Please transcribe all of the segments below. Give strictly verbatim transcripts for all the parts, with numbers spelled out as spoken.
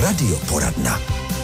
Radioporadna.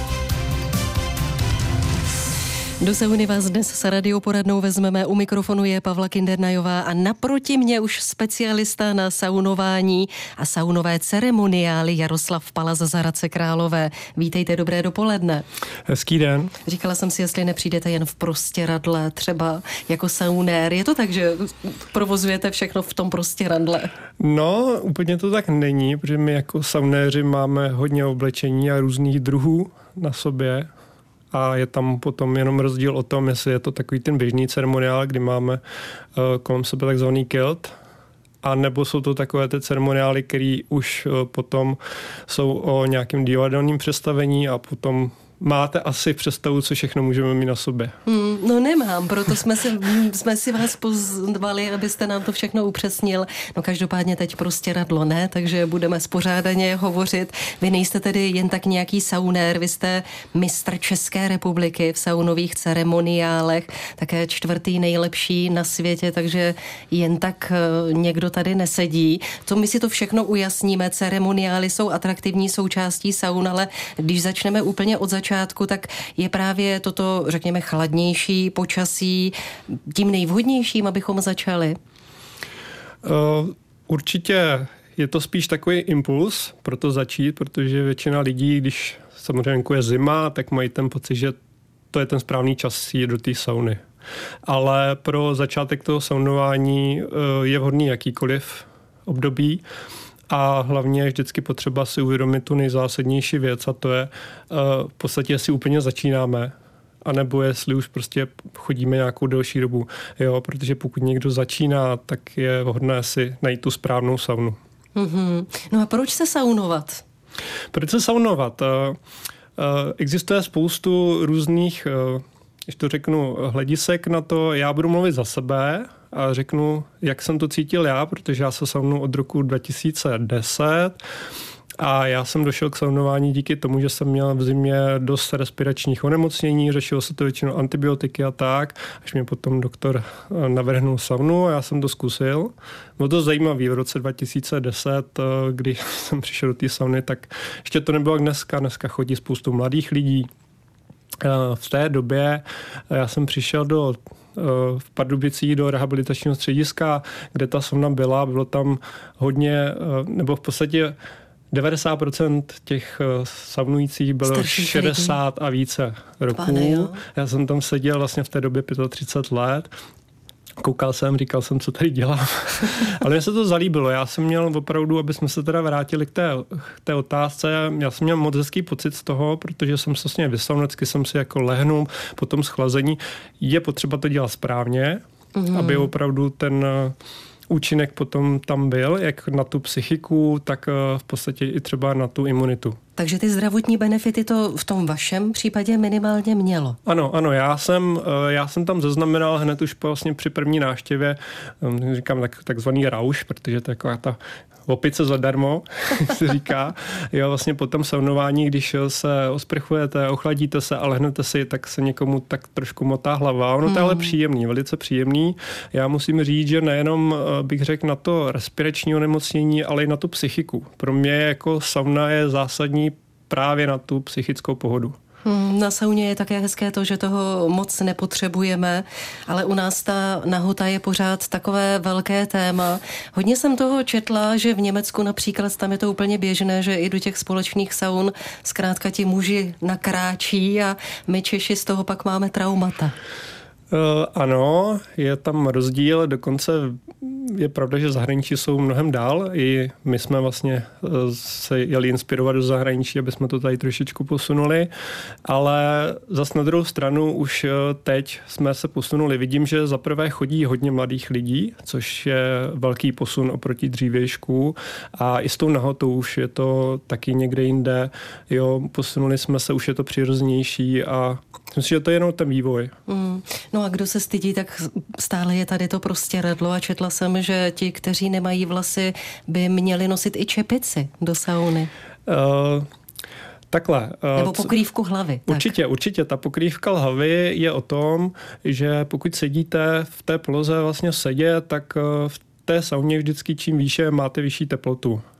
Do sauny vás dnes s radioporadnou vezmeme. U mikrofonu je Pavla Kindernajová a naproti mě už specialista na saunování a saunové ceremoniály Jaroslav Pallas z Hradce Králové. Vítejte, dobré dopoledne. Hezký den. Říkala jsem si, jestli nepřijdete jen v prostěradle, třeba jako saunér. Je to tak, že provozujete všechno v tom prostěradle? No, úplně to tak není, protože my jako saunéři máme hodně oblečení a různých druhů na sobě. A je tam potom jenom rozdíl o tom, jestli je to takový ten běžný ceremoniál, kdy máme uh, kolem sebe takzvaný kilt, a nebo jsou to takové ty ceremoniály, které už uh, potom jsou o nějakém divadelním představení a potom máte asi představu, co všechno můžeme mít na sobě. Hmm, no nemám, proto jsme si, jsme si vás pozvali, abyste nám to všechno upřesnil. No každopádně teď prostě radlo, ne? Takže budeme spořádaně hovořit. Vy nejste tedy jen tak nějaký saunér, vy jste mistr České republiky v saunových ceremoniálech, také čtvrtý nejlepší na světě, takže jen tak někdo tady nesedí. To my si to všechno ujasníme. Ceremoniály jsou atraktivní součástí saun, ale když začneme úplně od začátku, tak je právě toto, řekněme, chladnější počasí tím nejvhodnějším, abychom začali? Uh, určitě je to spíš takový impuls pro to začít, protože většina lidí, když samozřejmě je zima, tak mají ten pocit, že to je ten správný čas jít do té sauny. Ale pro začátek toho saunování uh, je vhodný jakýkoliv období. A hlavně je vždycky potřeba si uvědomit tu nejzásadnější věc, a to je v podstatě, jestli úplně začínáme, anebo jestli už prostě chodíme nějakou delší dobu. Jo, protože pokud někdo začíná, tak je vhodné si najít tu správnou saunu. Mm-hmm. No a proč se saunovat? Proč se saunovat? Existuje spoustu různých, když to řeknu, hledisek na to. Já budu mluvit za sebe a řeknu, jak jsem to cítil já, protože já se saunu od roku dva tisíce deset a já jsem došel k saunování díky tomu, že jsem měl v zimě dost respiračních onemocnění, řešilo se to většinou antibiotiky a tak, až mě potom doktor navrhnul saunu a já jsem to zkusil. Bylo to zajímavé v roce dva tisíce deset, když jsem přišel do té sauny, tak ještě to nebylo jak dneska, dneska chodí spoustu mladých lidí. V té době já jsem přišel do v Pardubicích do rehabilitačního střediska, kde ta sauna byla. Bylo tam hodně, nebo v podstatě devadesát procent těch saunujících bylo starších šedesát lidí a více roků. Pane, já jsem tam seděl vlastně v té době třicet pět let. Koukal jsem, říkal jsem, co tady dělám. Ale mně se to zalíbilo. Já jsem měl opravdu, aby jsme se teda vrátili k té, k té otázce, já jsem měl moc hezký pocit z toho, protože jsem se vlastně vysaunul, vždycky jsem si jako lehnul po tom schlazení. Je potřeba to dělat správně, mm-hmm. aby opravdu ten účinek potom tam byl, jak na tu psychiku, tak v podstatě i třeba na tu imunitu. Takže ty zdravotní benefity to v tom vašem případě minimálně mělo. Ano, ano, já jsem, já jsem tam zaznamenal hned už vlastně při první návštěvě, říkám tak, takzvaný rauš, protože to je taková ta opice zadarmo, se říká. Jo, vlastně po tom saunování, když se osprchujete, ochladíte se a lehnete si, tak se někomu tak trošku motá hlava. Ono to je ale příjemný, velice příjemný. Já musím říct, že nejenom bych řekl na to respirační onemocnění, ale i na tu psychiku. Pro mě jako sauna je zásadní právě na tu psychickou pohodu. Na sauně je také hezké to, že toho moc nepotřebujeme, ale u nás ta nahota je pořád takové velké téma. Hodně jsem toho četla, že v Německu například tam je to úplně běžné, že i do těch společných saun zkrátka ti muži nakráčí a my Češi z toho pak máme traumata. Uh, ano, je tam rozdíl, dokonce je pravda, že zahraničí jsou mnohem dál. I my jsme vlastně uh, se jeli inspirovat do zahraničí, aby jsme to tady trošičku posunuli, ale zas na druhou stranu už uh, teď jsme se posunuli. Vidím, že zaprvé chodí hodně mladých lidí, což je velký posun oproti dřívějšku, a i s tou nahotou už je to taky někde jinde. Jo, posunuli jsme se, už je to přirozenější a myslím, že to je jenom ten vývoj. Mm. No a kdo se stydí, tak stále je tady to prostěradlo a četla jsem, že ti, kteří nemají vlasy, by měli nosit i čepici do sauny. Uh, takhle. Uh, Nebo pokrývku hlavy. Určitě, tak. určitě. Ta pokrývka hlavy je o tom, že pokud sedíte v té poloze vlastně sedět, tak v té sauně vždycky čím výše máte vyšší teplotu.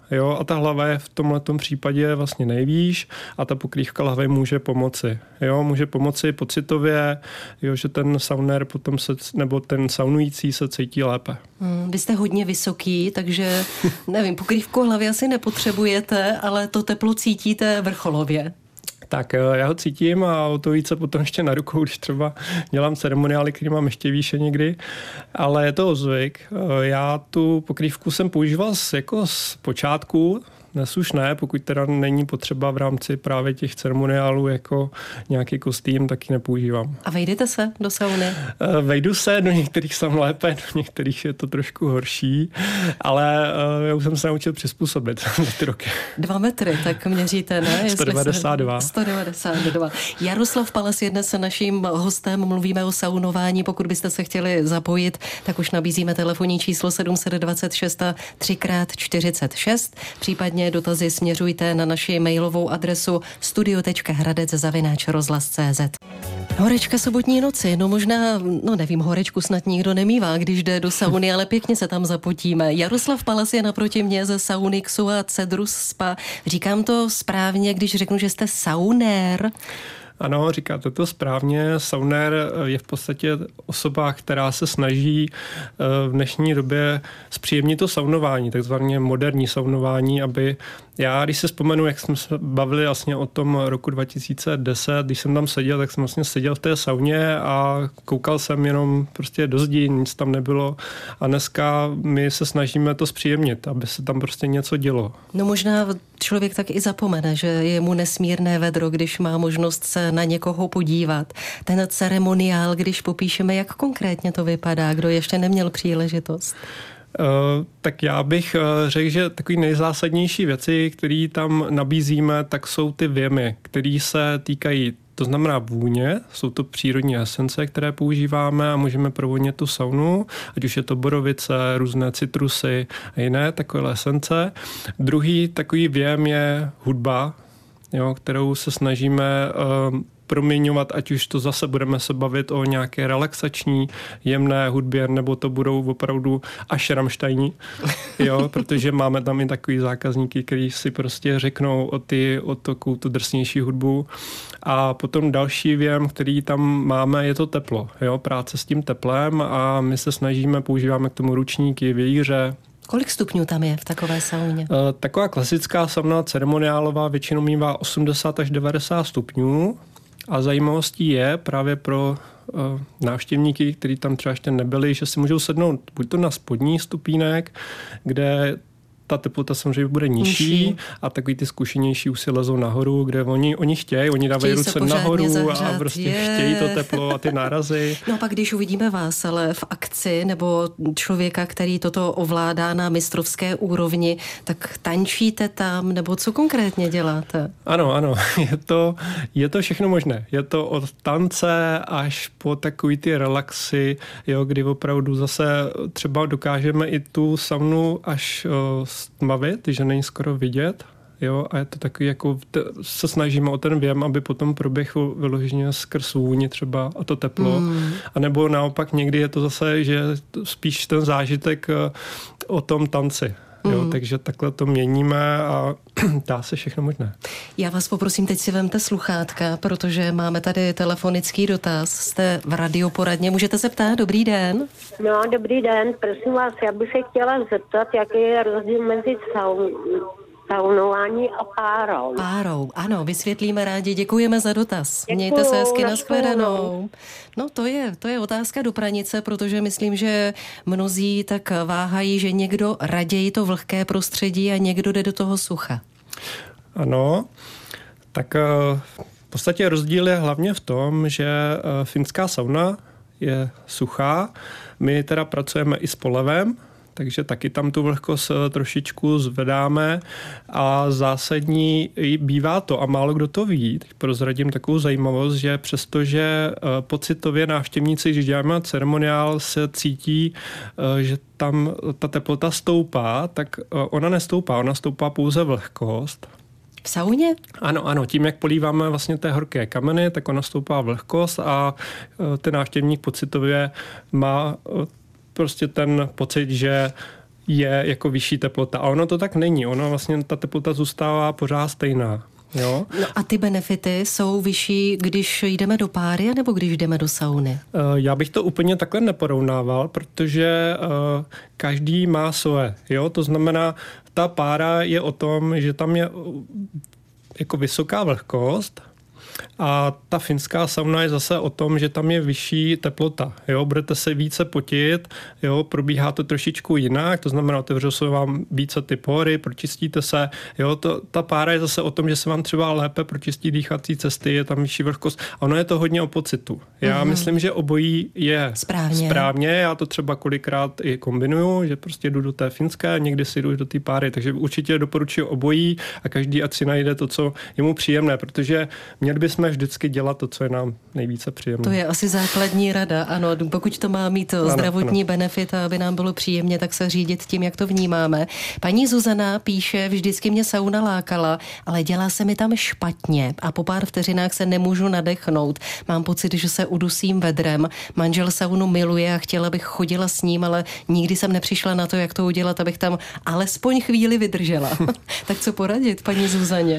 Jo, a ta hlava je v tomhletom případě vlastně nejvýš a ta pokrývka hlavy může pomoci. Jo, může pomoci pocitově, jo, že ten saunér potom se, nebo ten saunující se cítí lépe. Hmm, vy jste hodně vysoký, takže nevím, pokrývku hlavy asi nepotřebujete, ale to teplo cítíte vrcholově. Tak já ho cítím a o to více potom ještě na rukou, když třeba dělám ceremoniály, který mám ještě výše někdy, ale je to zvyk. Já tu pokrývku jsem používal jako z počátku, dnes už ne, pokud teda není potřeba v rámci právě těch ceremoniálů jako nějaký kostým, tak ji nepoužívám. A vejdete se do sauny? Vejdu se, do některých jsem lépe, do některých je to trošku horší, ale já už jsem se naučil přizpůsobit za ty roky. Dva metry, tak měříte, ne? sto devadesát dva. sto devadesát dva. Jaroslav Pales je dnes naším hostem, mluvíme o saunování. Pokud byste se chtěli zapojit, tak už nabízíme telefonní číslo sedm set dvacet šest tři krát čtyřicet šest, případně dotazy směřujte na naši mailovou adresu studio tečka hradec zavináč rozhlas tečka cé zet. Horečka sobotní noci, no možná, no nevím, horečku snad nikdo nemívá, když jde do sauny, ale pěkně se tam zapotíme. Jaroslav Pales je naproti mě ze Saunixu a Cedrus Spa. Říkám to správně, když řeknu, že jste saunér? Ano, říkáte to správně. Saunér je v podstatě osoba, která se snaží v dnešní době zpříjemnit to saunování, takzvaně moderní saunování, aby já, když se vzpomenu, jak jsme se bavili vlastně o tom roku dva tisíce deset, když jsem tam seděl, tak jsem vlastně seděl v té sauně a koukal jsem jenom prostě do zdi, nic tam nebylo a dneska my se snažíme to zpříjemnit, aby se tam prostě něco dělo. No možná člověk tak i zapomene, že je mu nesmírné vedro, když má možnost se na někoho podívat. Ten ceremoniál, když popíšeme, jak konkrétně to vypadá, kdo ještě neměl příležitost? Uh, tak já bych uh, řekl, že takový nejzásadnější věci, které tam nabízíme, tak jsou ty věmy, které se týkají, to znamená vůně, jsou to přírodní esence, které používáme a můžeme provodnit tu saunu, ať už je to borovice, různé citrusy a jiné takové esence. Druhý takový věm je hudba, jo, kterou se snažíme uh, proměňovat, ať už to zase budeme se bavit o nějaké relaxační, jemné hudbě, nebo to budou opravdu až Rammsteini, jo, protože máme tam i takový zákazníky, kteří si prostě řeknou o, ty, o takovou tu drsnější hudbu. A potom další věm, který tam máme, je to teplo, jo, práce s tím teplem a my se snažíme, používáme k tomu ručníky, vějíře. Kolik stupňů tam je v takové sauně? Taková klasická sauna ceremoniálová většinou mívá osmdesát až devadesát stupňů. A zajímavostí je právě pro uh, návštěvníky, kteří tam třeba ještě nebyli, že si můžou sednout buď to na spodní stupínek, kde ta teplota samozřejmě bude nižší, nižší a takový ty zkušenější už si lezou nahoru, kde oni, oni chtějí, oni dávají chtějí ruce nahoru zahřát, a prostě je. chtějí to teplo a ty nárazy. No a pak když uvidíme vás, ale v akci nebo člověka, který toto ovládá na mistrovské úrovni, tak tančíte tam, nebo co konkrétně děláte? Ano, ano, je to, je to všechno možné. Je to od tance až po takový ty relaxy, jo, kdy opravdu zase třeba dokážeme i tu saunu až stmavit, že není skoro vidět, jo, a je to takový, jako te, se snažíme o ten věm, aby potom proběhl vyloženě skrz vůni třeba a to teplo, mm. a nebo naopak někdy je to zase, že spíš ten zážitek o tom tanci. Jo, mm. takže takhle to měníme a dá se všechno možné. Já vás poprosím, teď si vemte sluchátka, protože máme tady telefonický dotaz. Jste v radioporadně, můžete se ptát? Dobrý den. No, dobrý den, prosím vás, já bych se chtěla zeptat, jaký je rozdíl mezi saun, saunování a párou. Párou, ano, vysvětlíme rádi, děkujeme za dotaz. Děkuju, Mějte se hezky, nashledanou. No to je, to je otázka do pranice, protože myslím, že mnozí tak váhají, že někdo raději to vlhké prostředí a někdo jde do toho sucha. Ano, tak v podstatě rozdíl je hlavně v tom, že finská sauna je suchá. My teda pracujeme i s polevem, takže taky tam tu vlhkost trošičku zvedáme a zásadní bývá to, a málo kdo to ví, teď prozradím takovou zajímavost, že přestože pocitově návštěvníci, když děláme ceremoniál, se cítí, že tam ta teplota stoupá, tak ona nestoupá, ona stoupá pouze vlhkost. V sauně? Ano, ano, tím, jak políváme vlastně té horké kameny, tak ona stoupá vlhkost a ten návštěvník pocitově má prostě ten pocit, že je jako vyšší teplota. A ono to tak není. Ono vlastně ta teplota zůstává pořád stejná. Jo? No a ty benefity jsou vyšší, když jdeme do páry, nebo když jdeme do sauny? Já bych to úplně takhle neporovnával, protože každý má svoje. Jo? To znamená, ta pára je o tom, že tam je jako vysoká vlhkost, a ta finská sauna je zase o tom, že tam je vyšší teplota. Jo? Budete se více potit, jo? Probíhá to trošičku jinak, to znamená, otevřou se vám více ty pory, pročistíte se. Jo? To, ta pára je zase o tom, že se vám třeba lépe pročistí dýchací cesty, je tam vyšší vlhkost. A ono je to hodně o pocitu. Já mm-hmm. myslím, že obojí je správně. správně. Já to třeba kolikrát i kombinuju, že prostě jdu do té finské, někdy si jdu do té páry. Takže určitě doporučuji obojí a každý ať si najde to, co je mu příjemné, protože měli bychom vždycky dělat to, co je nám nejvíce příjemné. To je asi základní rada, ano. Pokud to má mít ano, zdravotní ano. benefit a aby nám bylo příjemně, tak se řídit tím, jak to vnímáme. Paní Zuzana píše, vždycky mě sauna lákala, ale dělá se mi tam špatně a po pár vteřinách se nemůžu nadechnout. Mám pocit, že se udusím vedrem. Manžel saunu miluje a chtěla bych chodila s ním, ale nikdy jsem nepřišla na to, jak to udělat, abych tam alespoň chvíli vydržela. Tak co poradit, paní Zuzaně?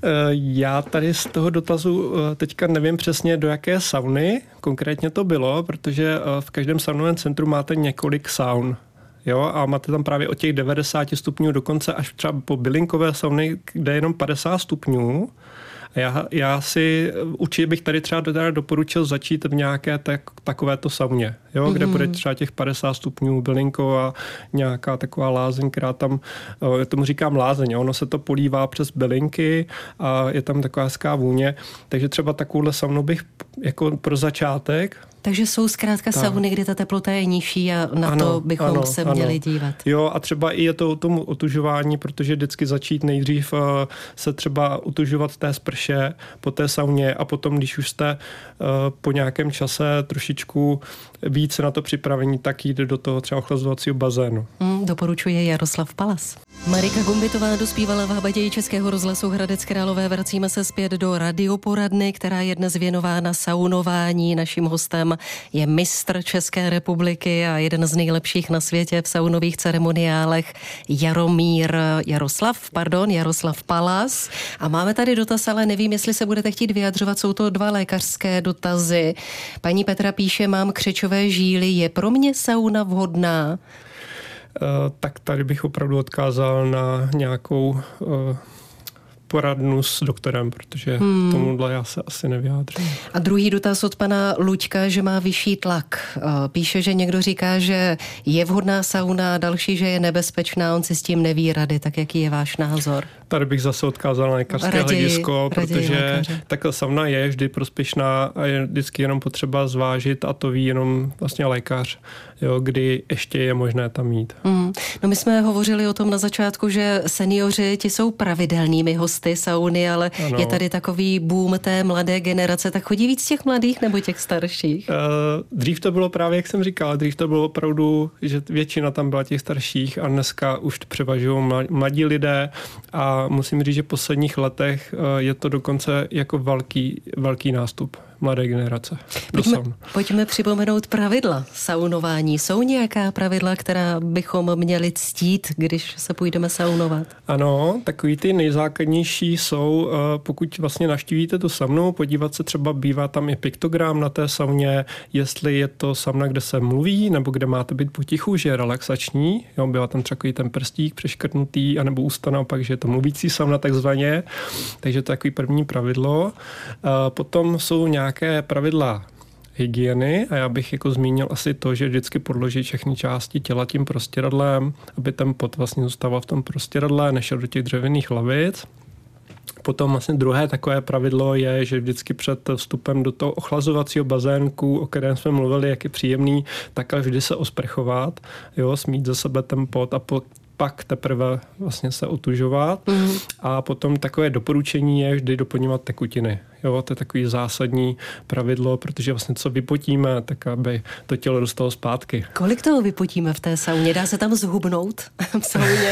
Já tady z toho dotazu teďka nevím přesně, do jaké sauny konkrétně to bylo, protože v každém saunovém centru máte několik saun. Jo, a máte tam právě od těch devadesát stupňů dokonce až třeba po bylinkové sauny, kde je jenom padesát stupňů. Já, já si určitě bych tady třeba teda doporučil začít v nějaké tak, takovéto sauně, jo, mm-hmm. kde bude třeba těch padesát stupňů bylinko a nějaká taková lázeň, která tam, já tomu říkám lázeň, ono se to polívá přes bylinky a je tam taková hezká vůně, takže třeba takovouhle saunu bych jako pro začátek. Takže jsou zkrátka tak. sauny, kde ta teplota je nižší a na ano, to bychom ano, se měli ano. dívat. Jo, a třeba i je to o tom otužování, protože vždycky začít nejdřív uh, se třeba utužovat v té sprše, po té sauně a potom, když už jste uh, po nějakém čase trošičku více na to připravení, tak jít do toho třeba ochlazovacího bazénu. Mm, doporučuje Jaroslav Palas. Marika Gombitová dospívala v Habaději Českého rozhlasu Hradec Králové. Vracíme se zpět do radioporadny, která je dnes věnována saunování. Naším hostem je mistr České republiky a jeden z nejlepších na světě v saunových ceremoniálech Jaromír Jaroslav, pardon, Jaroslav Palas. A máme tady dotaz, ale nevím, jestli se budete chtít vyjadřovat. Jsou to dva lékařské dotazy. Paní Petra píše, mám křečové žíly, je pro mě sauna vhodná? Uh, tak tady bych opravdu odkázal na nějakou uh, poradnu s doktorem, protože hmm. tomuhle já se asi nevyjádřím. A druhý dotaz od pana Luďka, že má vyšší tlak. Píše, že někdo říká, že je vhodná sauna, další, že je nebezpečná, on si s tím neví rady. Tak jaký je váš názor? Tady bych zase odkázal na lékařské raději, hledisko, protože takhle sauna je vždy prospěšná a je vždycky jenom potřeba zvážit a to ví jenom vlastně lékař, jo, kdy ještě je možné tam jít. Hmm. No my jsme hovořili o tom na začátku, že seniori ti jsou pravidelnými hosty sauny, ale ano. je tady takový boom té mladé generace, tak chodí víc těch mladých nebo těch starších? Uh, dřív to bylo právě, jak jsem říkal, dřív to bylo opravdu, že většina tam byla těch starších a dneska už převažují mladí lidé a musím říct, že v posledních letech je to dokonce jako velký, velký nástup mladé generace. Pojďme, pojďme připomenout pravidla saunování. Jsou nějaká pravidla, která bychom měli ctít, když se půjdeme saunovat? Ano, takový ty nejzákladnější jsou, pokud vlastně navštívíte tu saunu, podívat se třeba, bývá tam i piktogram na té sauně, jestli je to sauna, kde se mluví, nebo kde máte být potichu, že je relaxační, jo, bývá tam takový ten prstík přeškrtnutý, anebo ústa naopak, že je to mluvící sauna takzvaně, takže to je takový první pravidlo. Potom jsou nějaké nějaké pravidla hygieny a já bych jako zmínil asi to, že vždycky podložit všechny části těla tím prostěradlem, aby ten pot vlastně zůstával v tom prostěradle, nešel do těch dřevěných lavic. Potom vlastně druhé takové pravidlo je, že vždycky před vstupem do toho ochlazovacího bazénku, o kterém jsme mluvili, jak je příjemný, tak vždy se osprchovat, jo, smít za sebe ten pot a po pak teprve vlastně se otužovat. Mm. A potom takové doporučení je vždy doplňovat tekutiny. Jo, to je takový zásadní pravidlo, protože vlastně co vypotíme, tak aby to tělo dostalo zpátky. Kolik toho vypotíme v té sauně? Dá se tam zhubnout v sauně?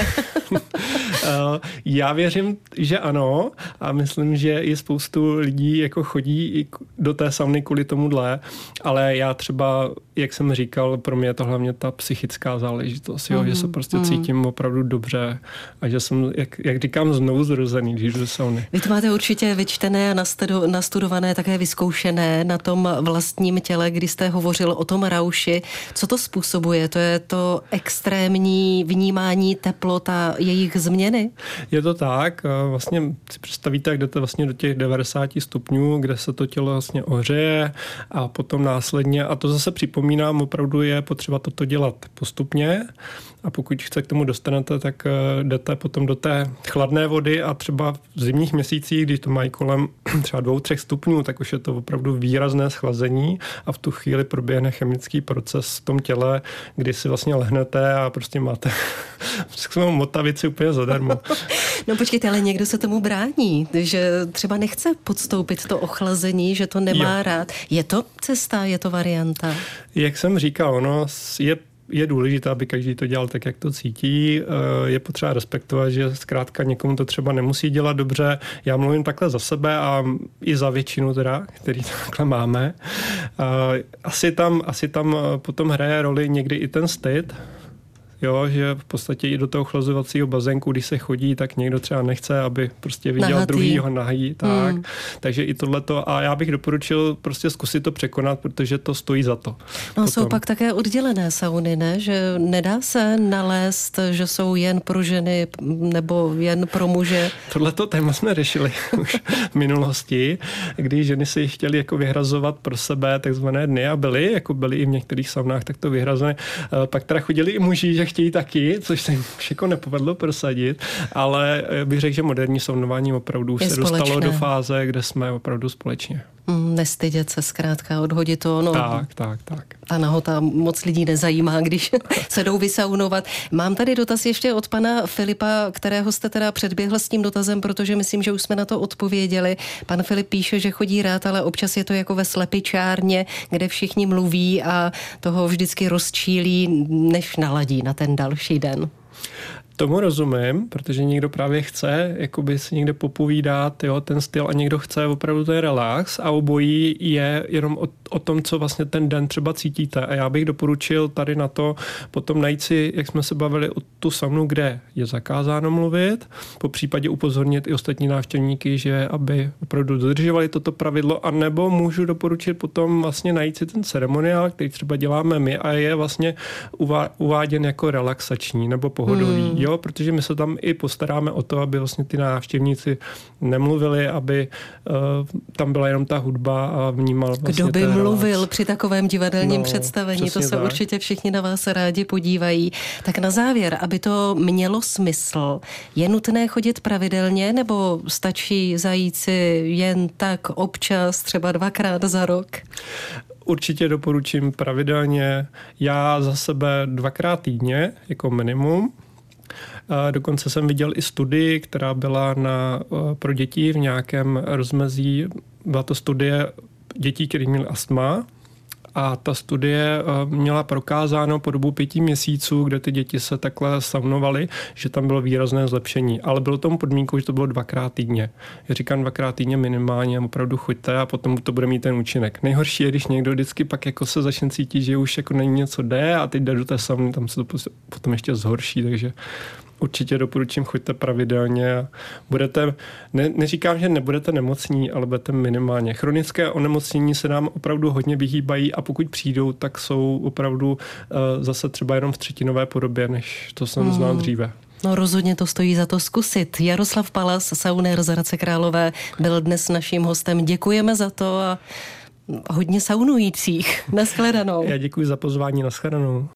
Já věřím, že ano a myslím, že i spoustu lidí jako chodí i do té sauny kvůli tomuhle, ale já třeba, jak jsem říkal, pro mě je to hlavně ta psychická záležitost, jo, mm, že se prostě mm. cítím opravdu dobře a že jsem, jak, jak říkám, znovu zrozený, když jdu do sauny. Vy to máte určitě vyčtené a nastudované, také vyzkoušené na tom vlastním těle, kdy jste hovořil o tom rauši. Co to způsobuje? To je to extrémní vnímání teplot a jejich změny? Je to tak. Vlastně si představíte, jak jdete vlastně do těch devadesát stupňů, kde se to tělo vlastně ohřeje a potom následně, a to zase připomínám, opravdu je potřeba toto dělat postupně a pokud se k tomu dostanete, tak jdete potom do té chladné vody a třeba v zimních měsících, když to mají kolem třeba dvou, třech stupňů, tak už je to opravdu výrazné schlazení a v tu chvíli proběhne chemický proces v tom těle, kdy si vlastně lehnete a prostě máte motavici úplně zadarmo. No počkejte, ale někdo se tomu brání, že třeba nechce podstoupit to ochlazení, že to nemá jo. rád. Je to cesta, je to varianta? Jak jsem říkal, ono je Je důležité, aby každý to dělal tak, jak to cítí. Je potřeba respektovat, že zkrátka někomu to třeba nemusí dělat dobře. Já mluvím takhle za sebe a i za většinu teda, který to takhle máme. Asi tam, asi tam potom hraje roli někdy i ten styl. Jo, že v podstatě i do toho chlazovacího bazénku, když se chodí, tak někdo třeba nechce, aby prostě viděl nahatý. Druhýho nahý. Tak. Mm. Takže i tohleto. A já bych doporučil prostě zkusit to překonat, protože to stojí za to. No potom. Jsou pak také oddělené sauny, ne? Že nedá se nalézt, že jsou jen pro ženy nebo jen pro muže. Tohleto téma jsme řešili už v minulosti, kdy ženy si chtěly jako vyhrazovat pro sebe takzvané dny a byly, jako byly i v některých saunách takto vyhrazené. Pak teda chodili i muži, že chtějí taky, což se jim všechno nepovedlo prosadit, ale bych řekl, že moderní saunování opravdu je se společné. Dostalo do fáze, kde jsme opravdu společně. Mm, nestydět se zkrátka, odhodit to. No, tak, tak, tak. Ta nahota moc lidí nezajímá, když se jdou vysaunovat. Mám tady dotaz ještě od pana Filipa, kterého jste teda předběhl s tím dotazem, protože myslím, že už jsme na to odpověděli. Pan Filip píše, že chodí rád, ale občas je to jako ve slepičárně, kde všichni mluví a toho vždycky rozčílí, než naladí na ten další den. Tomu rozumím, protože někdo právě chce jakoby si někde popovídat, jo, ten styl a někdo chce opravdu ten relax a obojí je jenom o, o tom, co vlastně ten den třeba cítíte. A já bych doporučil tady na to potom najít si, jak jsme se bavili, o tu saunu, kde je zakázáno mluvit, po případě upozornit i ostatní návštěvníky, že aby opravdu dodržovali toto pravidlo, a nebo můžu doporučit potom vlastně najít si ten ceremoniál, který třeba děláme my a je vlastně uváděn jako relaxační nebo pohodový. Hmm. Jo, protože my se tam i postaráme o to, aby vlastně ty návštěvníci nemluvili, aby uh, tam byla jenom ta hudba a vnímal vlastně Kdo by relax. Mluvil při takovém divadelním no, představení, to se tak. Určitě všichni na vás rádi podívají. Tak na závěr, aby to mělo smysl, je nutné chodit pravidelně nebo stačí zajít si jen tak občas, třeba dvakrát za rok? Určitě doporučím pravidelně. Já za sebe dvakrát týdně jako minimum. Dokonce jsem viděl i studii, která byla na, pro děti v nějakém rozmezí. Byla to studie dětí, které měly astma. A ta studie měla prokázáno po dobu pěti měsíců, kde ty děti se takhle saunovaly, že tam bylo výrazné zlepšení. Ale bylo tomu podmínkou, že to bylo dvakrát týdně. Já říkám dvakrát týdně minimálně, opravdu choďte a potom to bude mít ten účinek. Nejhorší je, když někdo vždycky pak jako se začne cítit, že už jako není něco jde a teď jde do té sauny, tam se to potom ještě zhorší, takže určitě doporučím, choďte pravidelně a budete, ne, neříkám, že nebudete nemocní, ale budete minimálně. Chronické onemocnění se nám opravdu hodně vyhýbají a pokud přijdou, tak jsou opravdu uh, zase třeba jenom v třetinové podobě, než to jsem hmm. znal dříve. No rozhodně to stojí za to zkusit. Jaroslav Palas, saunér z Hradce Králové, byl dnes naším hostem. Děkujeme za to a hodně saunujících. Nashledanou. Já děkuji za pozvání. Nashledanou.